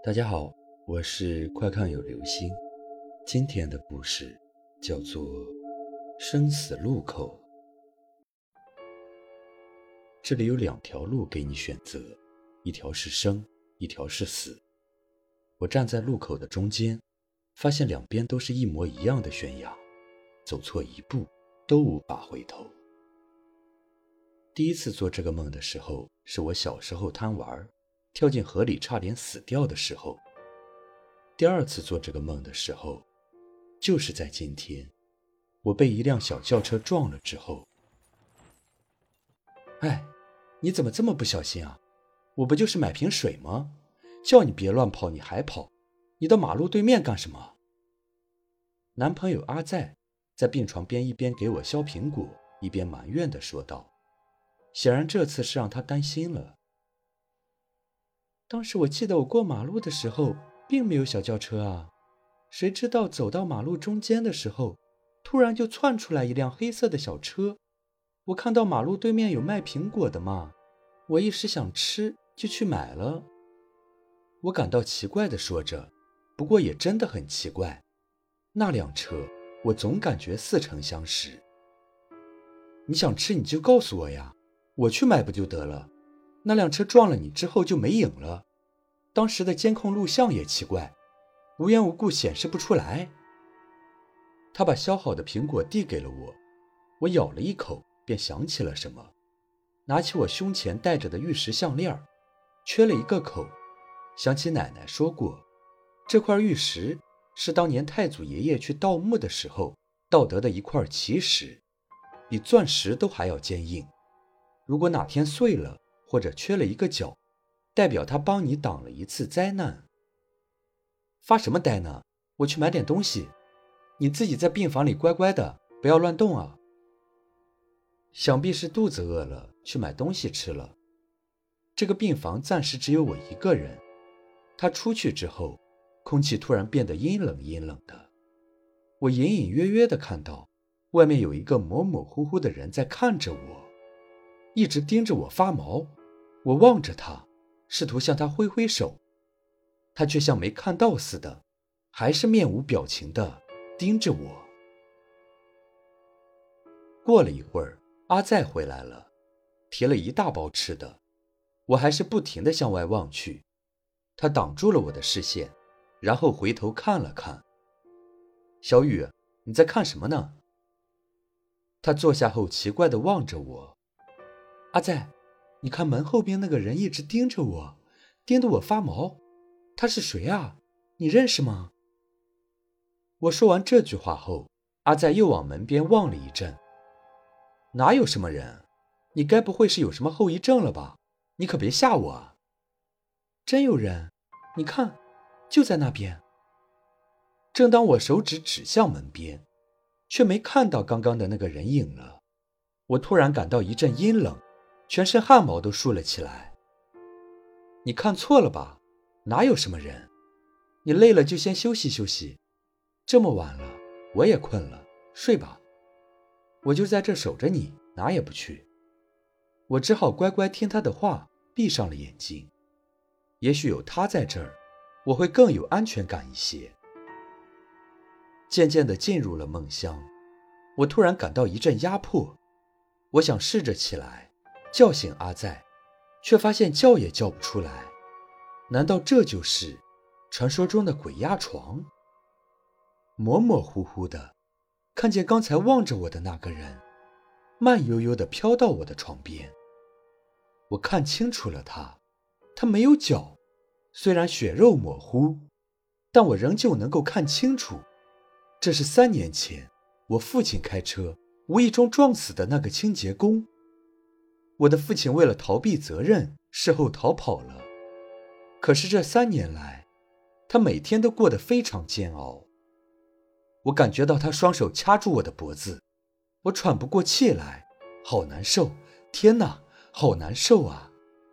大家好，我是快看有流星。今天的故事叫做生死路口。这里有两条路给你选择，一条是生，一条是死。我站在路口的中间，发现两边都是一模一样的悬崖，走错一步都无法回头。第一次做这个梦的时候，是我小时候贪玩，跳进河里差点死掉的时候。第二次做这个梦的时候，就是在今天，我被一辆小轿车撞了之后。哎，你怎么这么不小心啊？我不就是买瓶水吗？叫你别乱跑你还跑，你到马路对面干什么？男朋友阿在病床边一边给我削苹果，一边埋怨地说道，显然这次是让他担心了。当时我记得我过马路的时候并没有小轿车啊，谁知道走到马路中间的时候，突然就窜出来一辆黑色的小车。我看到马路对面有卖苹果的嘛，我一时想吃就去买了。我感到奇怪地说着，不过也真的很奇怪，那辆车我总感觉似曾相识。你想吃你就告诉我呀，我去买不就得了？那辆车撞了你之后就没影了，当时的监控录像也奇怪，无缘无故显示不出来。他把削好的苹果递给了我，我咬了一口便想起了什么，拿起我胸前戴着的玉石项链，缺了一个口，想起奶奶说过，这块玉石是当年太祖爷爷去盗墓的时候盗得的一块奇石，比钻石都还要坚硬，如果哪天碎了或者缺了一个角，代表他帮你挡了一次灾难。发什么呆呢？我去买点东西，你自己在病房里乖乖的，不要乱动啊。想必是肚子饿了，去买东西吃了。这个病房暂时只有我一个人。他出去之后，空气突然变得阴冷阴冷的。我隐隐约约地看到，外面有一个模模糊糊的人在看着我，一直盯着我发毛。我望着他，试图向他挥挥手，他却像没看到似的，还是面无表情地盯着我。过了一会儿，阿在回来了，提了一大包吃的。我还是不停地向外望去，他挡住了我的视线，然后回头看了看。小雨，你在看什么呢？他坐下后奇怪地望着我。阿在，你看门后边那个人一直盯着我，盯得我发毛。他是谁啊？你认识吗？我说完这句话后，阿在又往门边望了一阵。哪有什么人？你该不会是有什么后遗症了吧？你可别吓我啊！真有人，你看，就在那边。正当我手指指向门边，却没看到刚刚的那个人影了。我突然感到一阵阴冷，全身汗毛都竖了起来。你看错了吧？哪有什么人？你累了就先休息休息。这么晚了，我也困了，睡吧。我就在这守着你，哪也不去。我只好乖乖听他的话，闭上了眼睛。也许有他在这儿，我会更有安全感一些。渐渐地进入了梦乡，我突然感到一阵压迫。我想试着起来，叫醒阿在，却发现叫也叫不出来。难道这就是传说中的鬼压床？模模糊糊的看见刚才望着我的那个人，慢悠悠地飘到我的床边。我看清楚了他没有脚，虽然血肉模糊，但我仍旧能够看清楚，这是3年前我父亲开车无意中撞死的那个清洁工。我的父亲为了逃避责任，事后逃跑了。可是这3年来，他每天都过得非常煎熬。我感觉到他双手掐住我的脖子，我喘不过气来，好难受，天哪，好难受啊！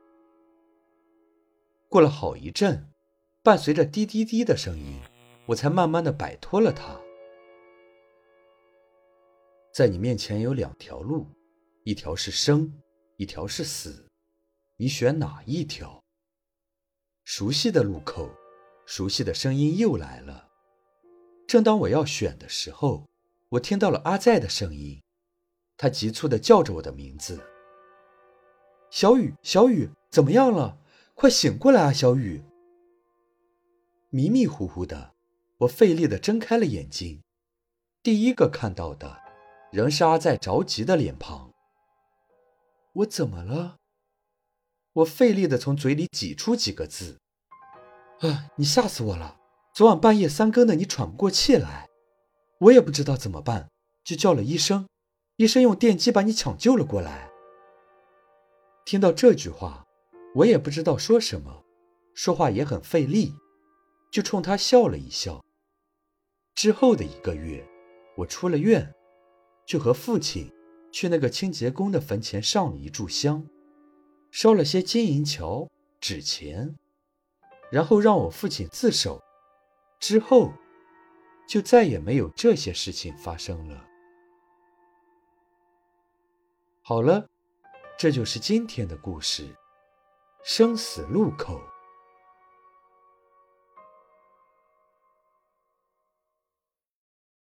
过了好一阵，伴随着滴滴滴的声音，我才慢慢地摆脱了他。在你面前有2条路，一条是生，一条是死，你选哪一条？熟悉的路口， 熟悉的声音又来了。正当我要选的时候，我听到了阿在的声音，他急促地叫着我的名字：“小雨，小雨，怎么样了？快醒过来啊，小雨！”迷迷糊糊的，我费力地睁开了眼睛，第一个看到的仍是阿在着急的脸庞。我怎么了？我费力地从嘴里挤出几个字：“你吓死我了！昨晚半夜3更的，你喘不过气来，我也不知道怎么办，就叫了医生，医生用电击把你抢救了过来。”听到这句话，我也不知道说什么，说话也很费力，就冲他笑了一笑。之后的1个月，我出了院，就和父亲去那个清洁工的坟前上了一炷香，烧了些金银条、纸钱，然后让我父亲自首。之后就再也没有这些事情发生了。好了，这就是今天的故事，生死路口。